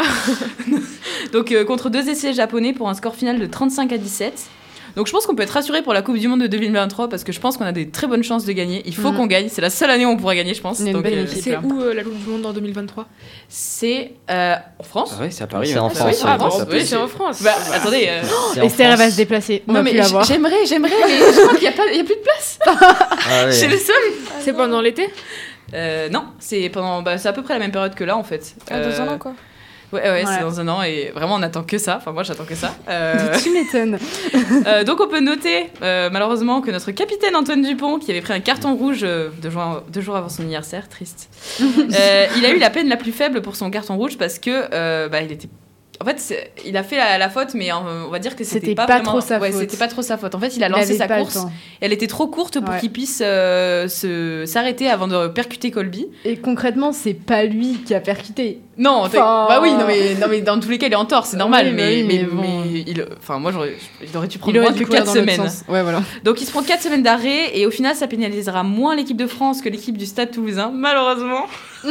Donc, contre 2 essais japonais pour un score final de 35-17. Donc je pense qu'on peut être rassuré pour la Coupe du Monde de 2023 parce que je pense qu'on a des très bonnes chances de gagner. Il faut qu'on gagne. C'est la seule année où on pourra gagner, je pense. Donc, c'est où la Coupe du Monde en 2023 ? C'est en France. Ah ouais, c'est à Paris. C'est en France. Oui, c'est en France. Bah, attendez. Esther, elle va se déplacer. On va plus la voir. J'aimerais, mais je crois qu'il y a plus de place. C'est le seul. C'est pendant l'été ? Non, c'est pendant. C'est à peu près la même période que là, en fait. Dans un an, quoi. Ouais, c'est dans un an et vraiment on attend que ça. Enfin, moi j'attends que ça. Tu m'étonnes. Donc on peut noter malheureusement que notre capitaine Antoine Dupont, qui avait pris un carton rouge 2 jours avant son anniversaire, triste, il a eu la peine la plus faible pour son carton rouge parce que il était. En fait, il a fait la faute, mais on va dire que c'était pas vraiment... trop sa faute. C'était pas trop sa faute. En fait, il a lancé sa course. Elle était trop courte pour qu'il puisse s'arrêter avant de percuter Colby. Et concrètement, c'est pas lui qui a percuté. Non, bah oui, non mais dans tous les cas, il est en tort, c'est normal. Oui, mais moi, il aurait dû prendre moins que 4 semaines. Ouais, voilà. Donc, il se prend 4 semaines d'arrêt et au final, ça pénalisera moins l'équipe de France que l'équipe du Stade Toulousain, malheureusement.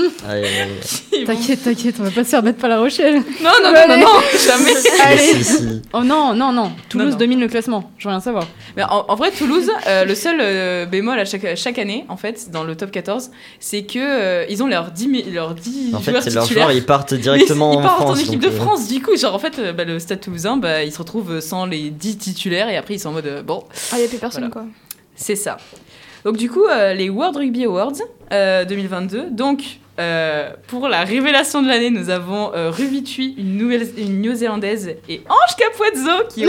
T'inquiète, on va pas se faire mettre par La Rochelle. Non, jamais. Allez. Oh non. Toulouse domine le classement. Je veux rien savoir. Mais en vrai, Toulouse, le seul bémol à chaque année, en fait, dans le top 14, c'est que ils ont leurs 10 en fait, joueurs c'est leurs titulaires. joueurs, ils partent directement en France. Ils partent en équipe de France, du coup. Genre, en fait, le Stade Toulousain, il se retrouve sans les 10 titulaires et après, ils sont en mode bon. Ah, il n'y a plus personne, voilà. quoi. C'est ça. Donc, du coup, les World Rugby Awards 2022. Donc, pour la révélation de l'année, nous avons Ruby Tui, une Néo-Zélandaise, et Ange Capuozzo qui est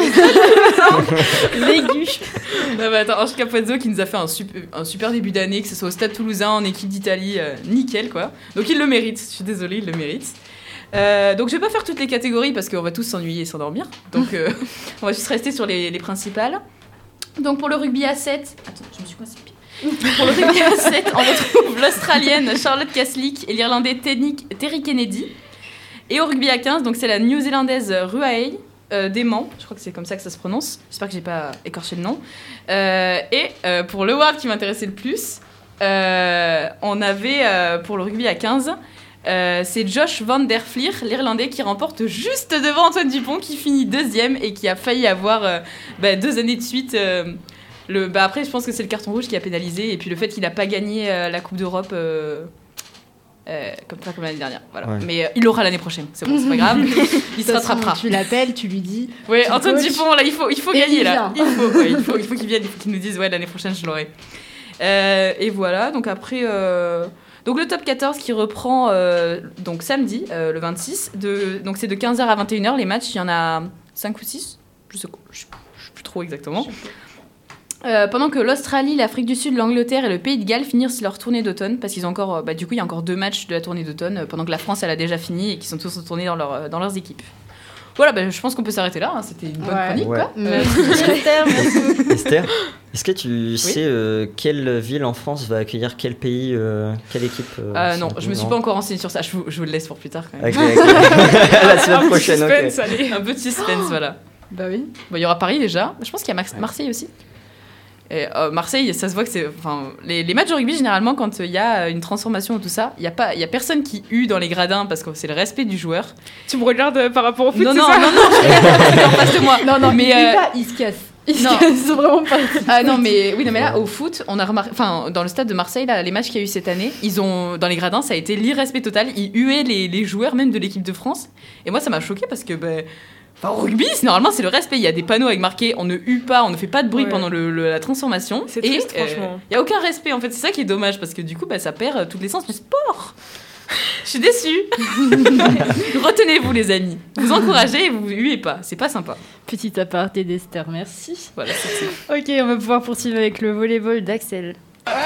l'aigu. Ange Capuozzo qui nous a fait un super début d'année, que ce soit au Stade Toulousain, en équipe d'Italie, nickel quoi. Donc il le mérite, je suis désolée, il le mérite. Donc je vais pas faire toutes les catégories parce qu'on va tous s'ennuyer et s'endormir. Donc on va juste rester sur les principales. Donc pour le rugby à 7, attends, je me suis coincée le pied. Pour le rugby à 7, on retrouve l'Australienne Charlotte Caslick et l'Irlandais Terry Kennedy. Et au rugby à 15, donc c'est la Néo-Zélandaise Ruaei Desmans, je crois que c'est comme ça que ça se prononce. J'espère que j'ai pas écorché le nom. Pour le award qui m'intéressait le plus, on avait pour le rugby à 15, c'est Josh Van Der Flier, l'Irlandais, qui remporte juste devant Antoine Dupont, qui finit 2e et qui a failli avoir 2 années de suite. Après, je pense que c'est le carton rouge qui a pénalisé, et puis le fait qu'il n'a pas gagné la Coupe d'Europe comme l'année dernière. Voilà. Ouais. Mais il l'aura l'année prochaine, c'est bon, c'est pas grave. Il se rattrapera. Tu l'appelles, tu lui dis. Oui, Antoine Dupont, là, il faut gagner là. Il faut qu'il vienne, il faut qu'il nous dise l'année prochaine je l'aurai. Et voilà, donc après. Donc le top 14 qui reprend donc samedi, le 26. Donc c'est de 15h à 21h les matchs. Il y en a 5 ou 6. Je sais plus trop exactement. Pendant que l'Australie, l'Afrique du Sud, l'Angleterre et le Pays de Galles finissent leur tournée d'automne, parce qu'ils ont encore, du coup, il y a encore 2 matchs de la tournée d'automne, pendant que la France, elle a déjà fini et qu'ils sont tous retournés dans leurs équipes. Voilà, je pense qu'on peut s'arrêter là. Hein. C'était une bonne chronique, quoi. Esther, est-ce que tu sais quelle ville en France va accueillir quel pays, quelle équipe Non, je me suis pas encore renseignée sur ça. Je vous le laisse pour plus tard, quand même. Okay. La semaine prochaine, suspense, allez. Un peu de suspense, voilà. Bah oui. Il y aura Paris déjà. Je pense qu'il y a Marseille aussi. Et Marseille, ça se voit que c'est... Enfin, les matchs de rugby, généralement, quand il y a une transformation ou tout ça, il y a personne qui hue dans les gradins parce que c'est le respect du joueur. Tu me regardes par rapport au foot, non, c'est non, ça? non, je en face de moi. Non, mais ils se cassent. Ils sont vraiment pas... non, mais là, au foot, on a remarqué... Enfin, dans le stade de Marseille, là, les matchs qu'il y a eu cette année, dans les gradins, ça a été l'irrespect total. Ils huaient les joueurs, même de l'équipe de France. Et moi, ça m'a choqué parce que... au rugby, normalement, c'est le respect. Il y a des panneaux avec marqué « On ne hue pas, on ne fait pas de bruit pendant la transformation ». C'est triste, franchement. Il n'y a aucun respect, en fait. C'est ça qui est dommage, parce que du coup, ça perd toute l'essence du sport. Je suis déçue. Retenez-vous, les amis. Vous encouragez et vous huez pas. C'est pas sympa. Petit aparté d'Esther, merci. Voilà, c'est ça. Ok, on va pouvoir poursuivre avec le volleyball d'Axel.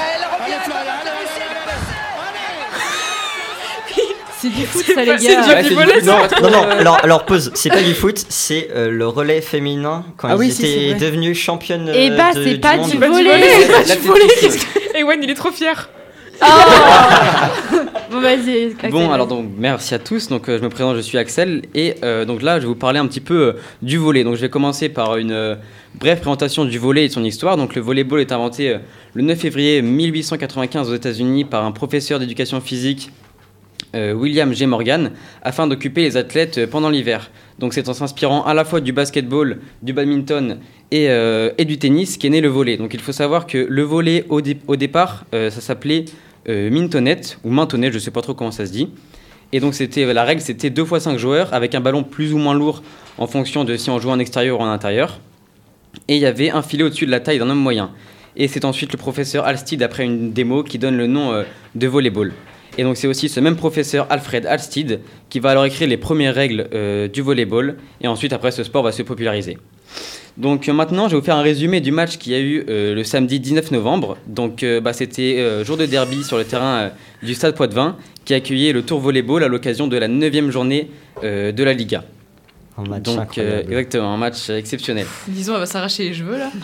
C'est du foot, ça, les gars. Non, alors pause. C'est pas du foot, c'est le relais féminin quand ils étaient devenus championnes du monde. C'est pas du volley. Ewan, il est trop fier. Bon, vas-y. Bon, alors donc merci à tous. Donc je me présente, je suis Axel et donc là je vais vous parler un petit peu du volley. Donc je vais commencer par une brève présentation du volley et de son histoire. Donc le volleyball est inventé le 9 février 1895 aux États-Unis par un professeur d'éducation physique, William G. Morgan, afin d'occuper les athlètes pendant l'hiver. Donc c'est en s'inspirant à la fois du basketball, du badminton et du tennis qu'est né le volley. Donc il faut savoir que le volley au départ, ça s'appelait mintonnette ou mintonnette, je ne sais pas trop comment ça se dit. Et donc la règle c'était 2 fois 5 joueurs avec un ballon plus ou moins lourd en fonction de si on jouait en extérieur ou en intérieur. Et il y avait un filet au-dessus de la taille d'un homme moyen. Et c'est ensuite le professeur Alstead, après une démo, qui donne le nom de volleyball. Et donc c'est aussi ce même professeur Alfred Alstead qui va alors écrire les premières règles du volleyball. Et ensuite, après, ce sport va se populariser. Donc maintenant, je vais vous faire un résumé du match qu'il y a eu le samedi 19 novembre. Donc c'était jour de derby sur le terrain du Stade Poitvin qui accueillait le Tour Volleyball à l'occasion de la 9e journée de la Liga. Un match donc exactement, un match exceptionnel. Disons, elle va s'arracher les cheveux là.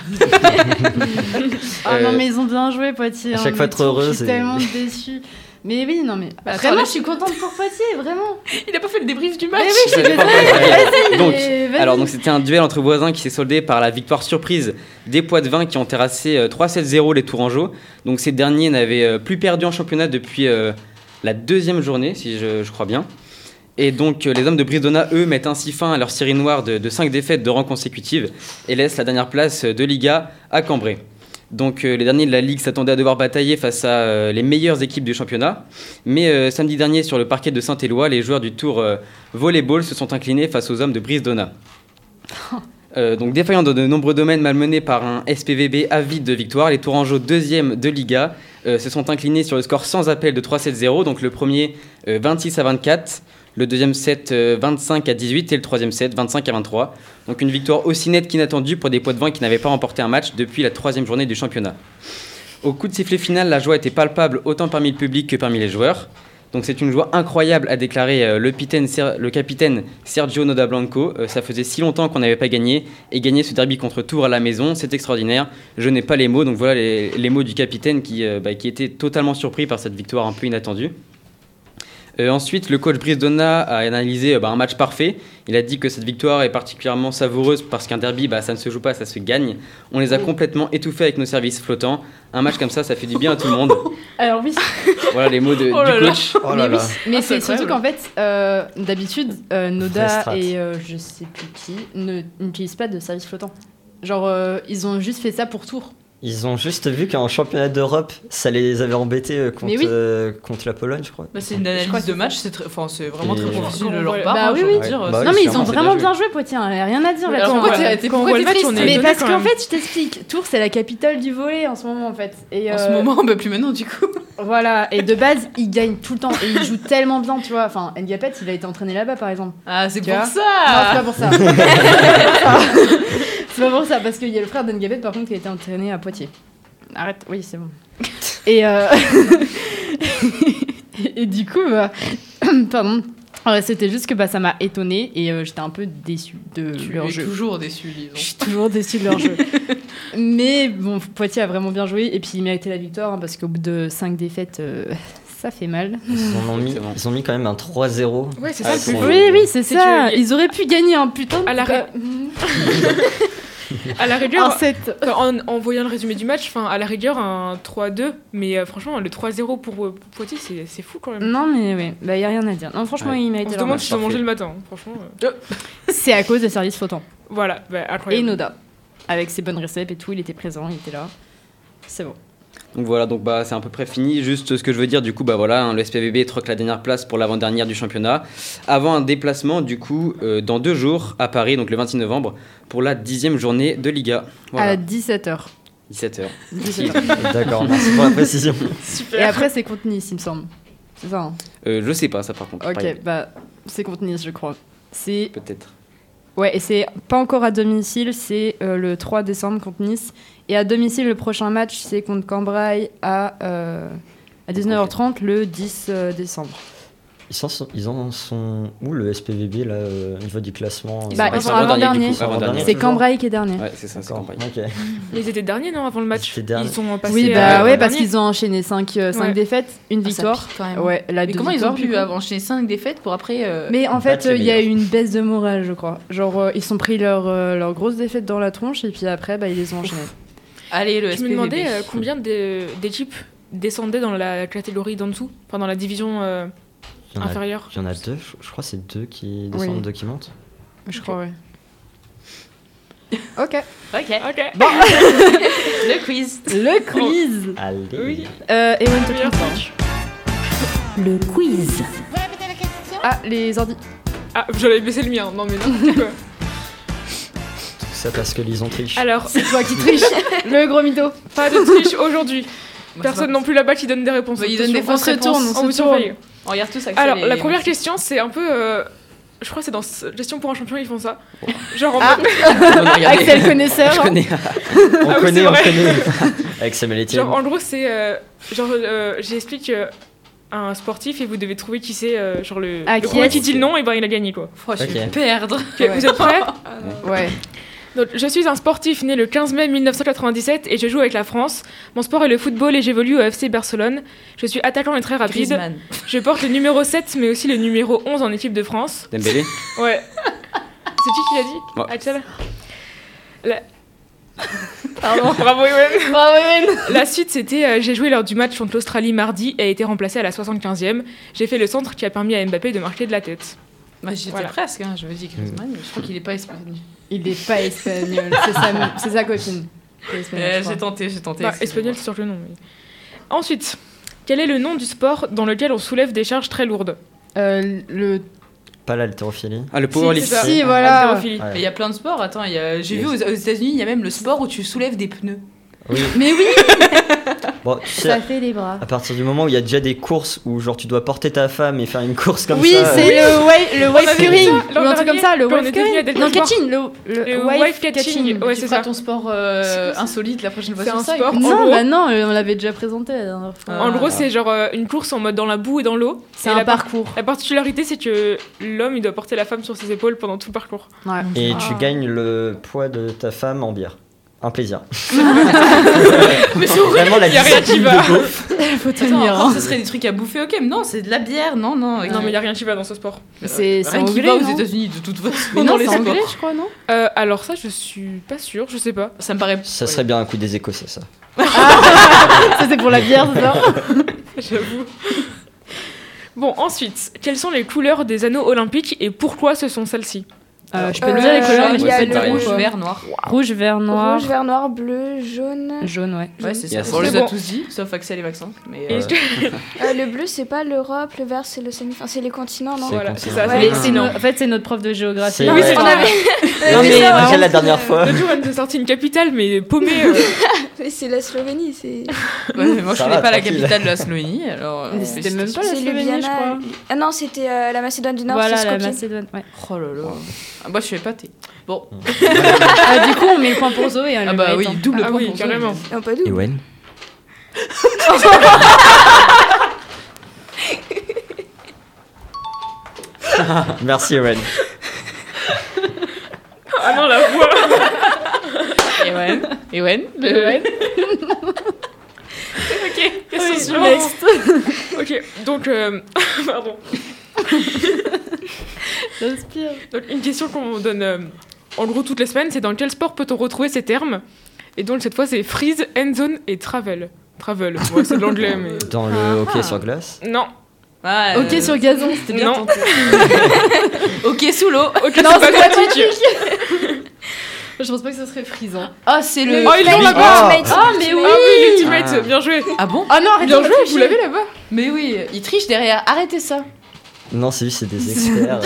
Non mais ils ont bien joué, Poitiers. À chaque fois trop heureuse. Je suis tellement déçue. Mais oui, non mais vraiment, je suis contente pour Poitiers, vraiment. Il a pas fait le débrief du match. Mais oui, donc c'était un duel entre voisins qui s'est soldé par la victoire surprise des Poitvins qui ont terrassé 3-7-0 les Tourangeaux. Donc ces derniers n'avaient plus perdu en championnat depuis la 2e journée, si je crois bien. Et donc les hommes de Brisdona, eux, mettent ainsi fin à leur série noire de 5 défaites de rang consécutives et laissent la dernière place de Liga à Cambrai. Donc les derniers de la Ligue s'attendaient à devoir batailler face à les meilleures équipes du championnat. Mais samedi dernier, sur le parquet de Saint-Éloi, les joueurs du Tour Volleyball se sont inclinés face aux hommes de Brisdona. Donc défaillant dans de nombreux domaines, malmenés par un SPVB avide de victoire, les Tourangeaux 2e de Liga se sont inclinés sur le score sans appel de 3-7-0. Donc le premier 26-24. Le deuxième set 25-18 et le troisième set 25-23. Donc une victoire aussi nette qu'inattendue pour des Poitvins qui n'avaient pas remporté un match depuis la 3e journée du championnat. Au coup de sifflet final, la joie était palpable autant parmi le public que parmi les joueurs. Donc c'est une joie incroyable, a déclaré le capitaine Sergio Nodablanco. Ça faisait si longtemps qu'on n'avait pas gagné, et gagner ce derby contre Tours à la maison, c'est extraordinaire. Je n'ai pas les mots, donc voilà les mots du capitaine qui était totalement surpris par cette victoire un peu inattendue. Ensuite, le coach Brisdona a analysé un match parfait. Il a dit que cette victoire est particulièrement savoureuse parce qu'un derby, ça ne se joue pas, ça se gagne. On les a complètement étouffés avec nos services flottants. Un match comme ça fait du bien à tout le monde. Alors oui. Voilà les mots du coach. Mais c'est surtout qu'en fait, d'habitude, Noda et je sais plus qui n'utilisent pas de service flottant. Genre, ils ont juste fait ça pour Tours. Ils ont juste vu qu'en championnat d'Europe, ça les avait embêtés contre la Pologne, je crois. Bah, c'est une analyse de match, c'est vraiment très professionnel de leur part. Bah oui, oui. Non, mais ils ont vraiment bien joué, Poitiers. Rien à dire là-dessus. Pourquoi t'es triste? Mais parce qu'en fait, je t'explique. Tours, c'est la capitale du volley en ce moment, en fait. En ce moment, bah plus maintenant, du coup. Voilà. Et de base, ils gagnent tout le temps. Et ils jouent tellement bien, tu vois. Enfin, Ngapet, il a été entraîné là-bas, par exemple. Ah, c'est pour ça. Non, c'est pas pour ça. C'est pas pour ça, parce qu'il y a le frère d'Ngapet, par contre, qui a été entraîné à Poitiers. Arrête, oui, c'est bon. Et, et du coup, pardon. C'était juste que ça m'a étonnée et j'étais un peu déçue de leur jeu. Tu es toujours déçue, disons. Je suis toujours déçue de leur jeu. Mais bon, Poitiers a vraiment bien joué et puis ils méritaient la victoire parce qu'au bout de 5 défaites, ça fait mal. Ils ont mis quand même un 3-0. Ouais, c'est ça. Oui, c'est ça. Ils auraient pu gagner un putain de... À la rigueur, en voyant le résumé du match, à la rigueur, un 3-2, mais franchement, le 3-0 pour Poitiers, c'est fou quand même. Non, mais oui, il n'y a rien à dire. Non, franchement, ils méritaient. On se demande s'ils ont mangé le matin, franchement. C'est à cause des services flottants. Voilà, incroyable. Et Noda, avec ses bonnes récepes et tout, il était présent, il était là. C'est bon. Donc voilà, c'est à peu près fini. Juste ce que je veux dire, du coup, le SPVB troque la dernière place pour l'avant-dernière du championnat. Avant un déplacement, du coup, dans 2 jours à Paris, donc le 26 novembre, pour la 10e journée de Liga. Voilà. À 17h. 17h. D'accord, merci pour la précision. Super. Et après, c'est contre Nice, il me semble. C'est ça, hein. Je sais pas, ça par contre. Ok, c'est contre Nice, je crois. Peut-être. Ouais, et c'est pas encore à domicile, c'est le 3 décembre contre Nice. Et à domicile, le prochain match, c'est contre Cambrai à 19h30 le 10 décembre. Ils en sont où le SPVB là, au niveau du classement? Ils sont avant-dernier. C'est Cambrai qui est dernier. Ouais, c'est ça, c'est Cambrai. Okay. Ils étaient derniers, non, avant le match? Ils sont passés. Oui, parce qu'ils ont enchaîné 5 défaites, une victoire. Quand même. Ouais, mais comment ils ont pu enchaîner 5 défaites pour après Mais en fait, il y a eu une baisse de morale, je crois. Genre, ils sont pris leur grosse défaite dans la tronche et puis après, ils les ont enchaînés. Allez, le SPVB. Je me demandais combien d'équipes descendaient dans la catégorie d'en dessous, dans la division inférieure. Il y en a 2, je crois que c'est 2 qui descendent, 2 qui montent. Je crois, ouais. Ok. Bon. Le quiz. Allez. Oui. Ewan, le quiz. Ah, les ordi. Ah, j'allais baisser le mien. Non, mais n'importe quoi. Tout ça parce que Lison triche. Alors, c'est toi qui triche. Le gros mytho. Pas de triche aujourd'hui. Personne non plus là-bas qui donne des réponses. Il donne des fausses réponses. On regarde tous Axel. Alors, la première question, c'est un peu... je crois que c'est dans Gestion pour un champion, ils font ça. Genre Axel connaisseur. Je connais. On connaît. Avec Samuel Etienne. Genre, en gros, c'est... j'explique un sportif et vous devez trouver qui c'est, le premier qui dit le nom, et il a gagné, quoi. Je vais perdre. Okay, vous êtes prêts? Ouais. Donc, je suis un sportif né le 15 mai 1997 et je joue avec la France. Mon sport est le football et j'évolue au FC Barcelone. Je suis attaquant et très rapide. Griezmann. Je porte le numéro 7 mais aussi le numéro 11 en équipe de France. Dembélé. Ouais. C'est qui l'a dit? Moi. Axel. Pardon. Bravo Ewen. La suite c'était j'ai joué lors du match contre l'Australie mardi et a été remplacé à la 75e. J'ai fait le centre qui a permis à Mbappé de marquer de la tête. J'étais presque, je me dis Griezmann, mais je crois qu'il est pas espagnol. Il n'est pas espagnol, c'est sa copine. J'ai tenté. Espagnol, c'est sûr que non. Mais... Ensuite, quel est le nom du sport dans lequel on soulève des charges très lourdes? Pas l'haltérophilie. Ah, le powerlifting. Si, voilà. Il y a plein de sports. Attends, j'ai vu aux États-Unis, il y a même le sport où tu soulèves des pneus. Oui. Mais oui. Bon, tu sais, ça fait les bras. À partir du moment où il y a déjà des courses où genre tu dois porter ta femme et faire une course comme ça. Oui, c'est le wave curling ou un truc comme ça, le wave curling. Non, catching, le wave catching. Ouais, c'est ça. Ton sport insolite la prochaine fois. C'est un sport. Non, on l'avait déjà présenté la dernière fois. En gros, c'est genre une course en mode dans la boue et dans l'eau. C'est un parcours. La particularité, c'est que l'homme, il doit porter la femme sur ses épaules pendant tout le parcours. Et tu gagnes le poids de ta femme en bière. Un plaisir. Mais c'est vraiment la discipline de beauf. Faut tenir. Ce serait des trucs à bouffer, ok, mais non, c'est de la bière, non. Non, mais il y a rien qui va dans ce sport. C'est qui va aux États-Unis de toute façon. Mais non, c'est anglais, je crois, non? Alors ça, je suis pas sûre, je sais pas. Ça me paraît. Ça serait bien un coup des Écossais, ça. Ça c'est pour la bière, c'est ça? J'avoue. Bon, ensuite, quelles sont les couleurs des anneaux olympiques et pourquoi ce sont celles-ci? Je peux te dire les couleurs, mais il y a je peux le pas te dire rouge, quoi. vert, noir. Rouge, vert, noir. Rouge, vert, noir, bleu, jaune. Jaune, ouais. Ouais, c'est Il y ça. a On les ça. a tous dit, sauf Axel et Maxence. Mais Le bleu, c'est pas l'Europe, le vert, c'est l'Océanie. Enfin, c'est les continents, non? Voilà, c'est ça. Ouais. Mais c'est en fait, c'est notre prof de géographie. C'est- Oui, c'est ouais. vrai. Non, mais Déjà vraiment, la dernière fois. L'autre jour, on nous a sorti une capitale, mais paumée. Mais c'est la Slovénie, c'est. Ouais, mais moi, je Ça connais va, pas la tranquille. capitale de la Slovénie, alors. Mais c'était même pas la C'est Slovénie, je Ljubljana. crois. Ah non, c'était la Macédoine du Nord, Voilà, c'est la Skopje. Macédoine. Ouais. Oh là là. Ah, moi, je suis épatée. Bon. Du coup, on met le point pour Zoé. Elle Ah le bah mérite, oui, hein. double Ah point oui, pour carrément. Zoé. Non, pas d'où. Ewen. Merci Ewen. Ah non, la voix. Ewen. Ok, question Oui, suivante. next. Ok, donc, pardon. J'inspire. Donc, une question qu'on donne en gros toutes les semaines, c'est dans quel sport peut-on retrouver ces termes? Et donc cette fois, c'est freeze, end zone et travel. Travel, ouais, c'est de l'anglais, mais Dans le hockey sur glace. non. Ah, Ok, sur gazon, c'était bien non. tenté. Ok, sous l'eau. Ok, Non, c'est c'est pas aquatique. Je pense pas que ce serait frisant. Ah, c'est le. Oh, il est là-bas. Ah, mais oui. Ah oui, l'ultimate, Ah. bien joué. Ah bon? Ah non, arrêtez Bien de joué, vous réfléchir. l'avez là-bas. Mais oui, il triche derrière. Arrêtez ça. Non, c'est juste c'est des experts.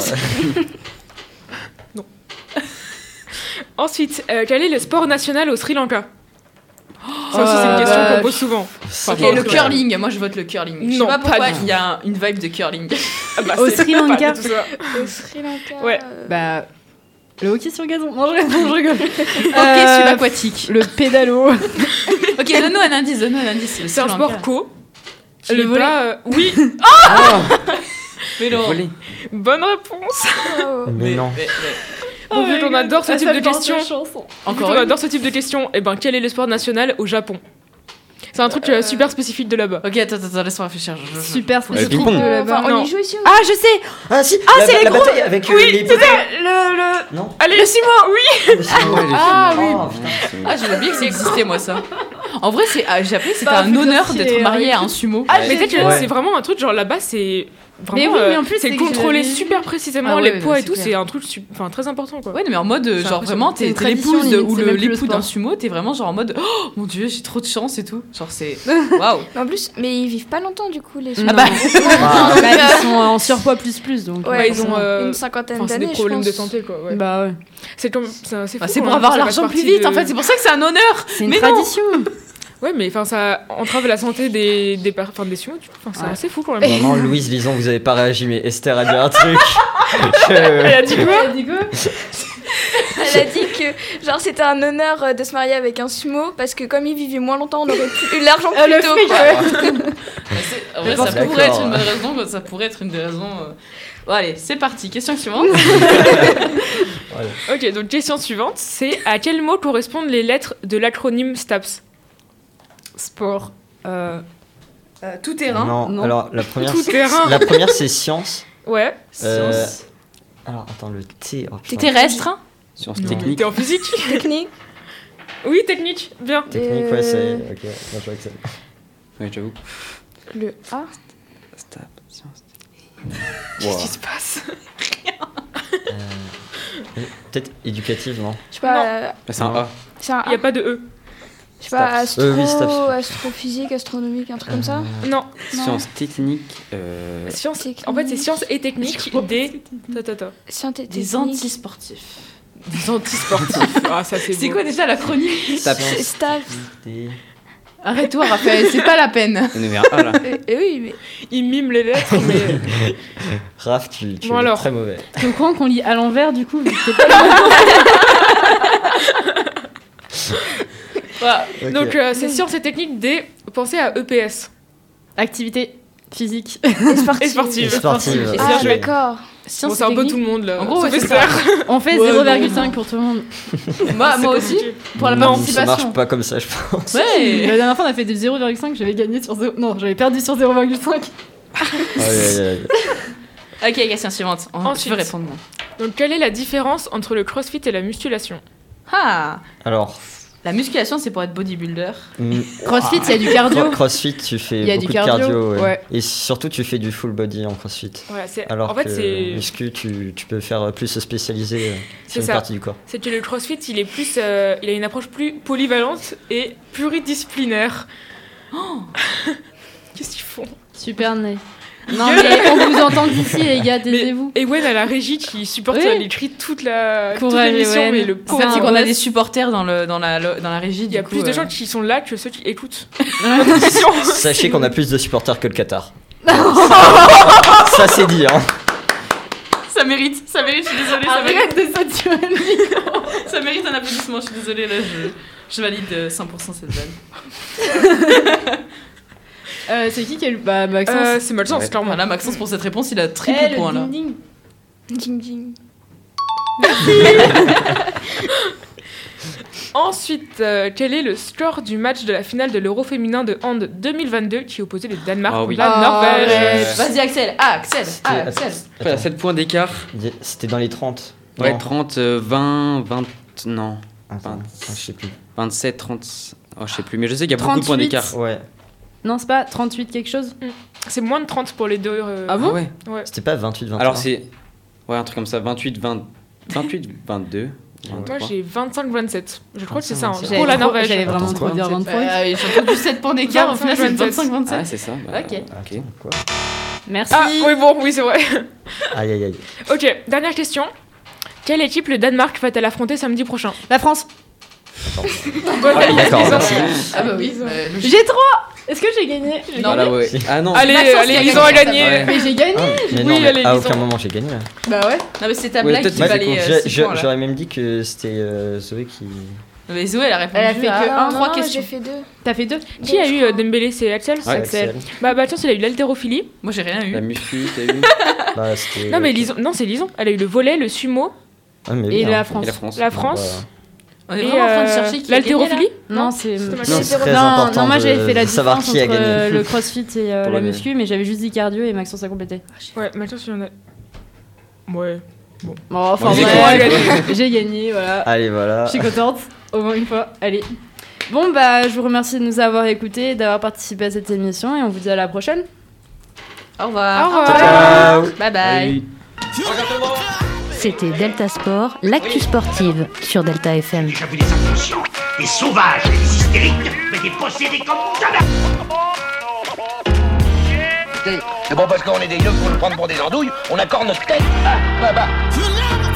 Ensuite, quel est le sport national au Sri Lanka? Ça aussi, c'est une question qu'on pose souvent. Ok, Enfin, le bon, curling. Moi, je vote le curling. Je sais Non, pas pas pourquoi du tout. il y a une vibe de curling. Ah bah, Au c'est Sri pas Lanka. du tout ça. Au Sri Lanka. Ouais. Bah, le hockey sur gazon. Non, je rigole. Ok, subaquatique. Le pédalo. Ok, donne-nous un indice. Le C'est un Sri Lanka. sport co. Le Le volley. oui, Mais non. Voler. bonne réponse. Oh. Mais non. Bon, vu qu'on adore ce Ah, type ça de me porte questions, chance. vu Encore qu'on une. adore ce type de questions, et ben quel est le sport national au Japon? C'est un truc super spécifique de là-bas. Ok, attends, laisse-moi réfléchir. Super Le spécifique ping-pong. de là-bas. Enfin, on Non. y joue ici. Ah, je sais. Ah si. c'est la les bataille avec les. Le. Non. Allez, le sumo, oui. Ah oui. Oh, putain. Ah, j'avais oublié que ça existait, moi, ça. En vrai, j'ai appris que c'était Bah, un faut honneur dire qu'il d'être est marié à avec- un sumo. Ah, mais peut-être que Ouais. c'est vraiment un truc, genre là-bas, c'est vraiment. Mais oui, mais en plus, c'est c'est que contrôler j'avais super vu. précisément Ah ouais, les ouais, poids et c'est tout, clair. c'est un truc très important quoi. Ouais, mais en mode, C'est genre vraiment, C'est t'es une tradition, l'épouse limite, ou c'est même plus le l'époux d'un sport. sumo, t'es vraiment genre en mode oh mon dieu, j'ai trop de chance et tout. Genre c'est. Waouh! En plus, mais ils vivent pas longtemps du coup, les Ah Sumo. bah, ils sont en surpoids plus, donc. Ouais, Bah, ils ont une cinquantaine enfin, c'est des d'années, je problèmes pense. de santé quoi. Ouais. Bah ouais. C'est comme c'est assez fou, Bah, c'est quand pour même, avoir ça fasse l'argent plus partie vite, de- en fait, c'est pour ça que c'est un honneur! C'est une Mais non. tradition. Ouais, mais enfin ça entrave la santé des sumo, tu vois. Enfin, c'est Ouais. assez fou quand même. Vraiment, Louise, Lison, vous avez pas réagi, mais Esther a dit un truc. Elle a dit quoi? Elle a dit que genre c'était un honneur de se marier avec un sumo parce que comme il vivait moins longtemps, on aurait eu l'argent plus le tôt. fric, quoi. En vrai, pense ça que- pourrait être D'accord. une bonne raison, ça pourrait être une des raisons. Bon, allez, c'est parti, question suivante. Ok, donc question suivante, c'est à quel mot correspondent les lettres de l'acronyme STAPS? Sport. Tout terrain. Non, Non. alors la première, Tout terrain. la première c'est science. Ouais. Science. Alors attends, le T. Oh, T'es putain. terrestre. Hein. Sciences Non. techniques. T'es en physique? Technique. Oui, technique, bien. Technique, ouais, c'est. Ok, moi je vois que c'est. Oui, j'avoue. Le A. Stab, sciences Qu'est-ce qui se passe? Peut-être éducative, non? Je sais pas. Là, c'est un A. C'est un Il y a pas de E. Je sais pas, Staps. Oui, Staps. astrophysique, astronomique, un truc comme ça. Non. Non. Sciences techniques. Sciences. Technique. En fait, c'est sciences et techniques des. Scientifique. Des antisportifs. Des antisportifs. Ah, ça c'est C'est beau. quoi déjà l'acronyme? Staff. T. Arrête-toi, Raphaël, c'est pas la peine. On est vers A là. Et oui, mais. Il mime les lettres, mais. Raph, tu Bon, es alors. très mauvais. T'es au courant qu'on lit à l'envers du coup vu que t'es pas Voilà. Ok. Donc, c'est sciences et techniques des. Pensez à EPS. activité physique. Et sportive. Et sportive. Sportive. Et Ah, bien joué. d'accord. Bon, c'est un peu tout le monde là. En gros, ouais, Sauf c'est Esther. On fait Ouais, 0,5 pour tout le monde. Moi C'est aussi, compliqué. pour la Non, Ça participation. marche pas comme ça, je pense. Ouais. La dernière fois on a fait des 0,5, j'avais gagné sur 0. Non, j'avais perdu sur 0,5. Aïe, aïe, aïe. Ok, question suivante. Tu Ensuite. veux répondre. Donc, quelle est la différence entre le crossfit et la musculation? Ah. Alors, La musculation, c'est pour être bodybuilder. CrossFit, il y a du cardio. CrossFit, tu fais beaucoup de cardio. Ouais. Et surtout, tu fais du full body en CrossFit. Voilà, Alors en fait, que muscu, tu peux faire plus spécialisé sur une partie du corps. C'est que le CrossFit, il a une approche plus polyvalente et pluridisciplinaire. Oh qu'est-ce qu'ils font? Super nez. Non mais on vous entend d'ici les gars, taisez-vous. Et Gwen à la régie qui supporte les cris toute l'émission, mais le pauvre. En fait, c'est qu'on a des supporters dans la régie. Il y a plus de gens qui sont là que ceux qui écoutent. Sachez qu'on a plus de supporters que le Qatar. Ça c'est dit hein. Ça mérite, je suis désolée. Arrête de saturer le micro. Ça mérite un applaudissement, je suis désolée, là je valide 100% cette vanne. C'est qui a eu Maxence. C'est Maxence, clairement. Voilà, Maxence pour cette réponse, il a triple point là. Ding ding. Ensuite, quel est le score du match de la finale de l'Euro féminin de hand 2022 qui opposait le Danemark contre la Norvège? Vas-y Axel. Axel. Après, à 7 points d'écart. C'était dans les 30. Ouais, 30, 20, 20... Non. 20, je sais plus. 27, 30... Oh, je sais plus, mais je sais qu'il y a beaucoup de points d'écart. Ouais. Non, c'est pas 38 quelque chose. C'est moins de 30 pour les deux. Ah bon? Ouais. C'était pas 28, 21. Alors c'est... Ouais, un truc comme ça, 28, 22... Moi j'ai 25-27. Je crois que c'est ça. Hein. Pour la Norvège. J'allais vraiment trop dire 23. J'ai entendu 7 points d'écart, au final c'est 25-27. Ah, c'est ça. Ok. Quoi. Merci. Ah, oui, c'est vrai. Aïe. Ok, dernière question. Quelle équipe le Danemark va-t-elle affronter samedi prochain? La France. D'accord, merci. Ah bah oui. J'ai 3. Est-ce que j'ai gagné? Ah non. Allez, Lison a gagné. Mais j'ai gagné. Mais non, mais à aucun moment j'ai gagné. Bah ouais. Non mais c'est ta blague qui valait 6 points là. J'aurais même dit que c'était Zoé qui... Mais Zoé elle a répondu. Elle a fait que 3 questions. J'ai fait 2. T'as fait 2? Qui a eu Dembélé? C'est Axel? Ouais, Axel. Bah chance, il a eu l'haltérophilie. Moi j'ai rien eu. La muscu, t'as eu? Bah c'était... Non mais Lison, non c'est Lison. Elle a eu le volet, le sumo. Et la France. La France. On est vraiment en train de chercher qui a gagné, l'haltérophilie? Non, c'est très important. Non, moi j'avais fait la savoir différence qui a entre gagné. le CrossFit et la muscu, mais j'avais juste dit cardio et Maxence a complété. Ouais, Maxence il y en a. Ouais. Bon, enfin j'ai gagné, voilà. Allez, voilà. Je suis contente, au moins une fois. Allez. Bon, bah, je vous remercie de nous avoir écoutés, d'avoir participé à cette émission et on vous dit à la prochaine. Au revoir. Ciao. Bye bye. C'était Delta Sport, l'actu sportive sur Delta FM. J'ai déjà vu des inconscients, des sauvages, des hystériques, mais des possédés comme jamais. C'est bon parce qu'on est des yeux pour nous prendre pour des andouilles, on accorde notre tête. Ah, bah.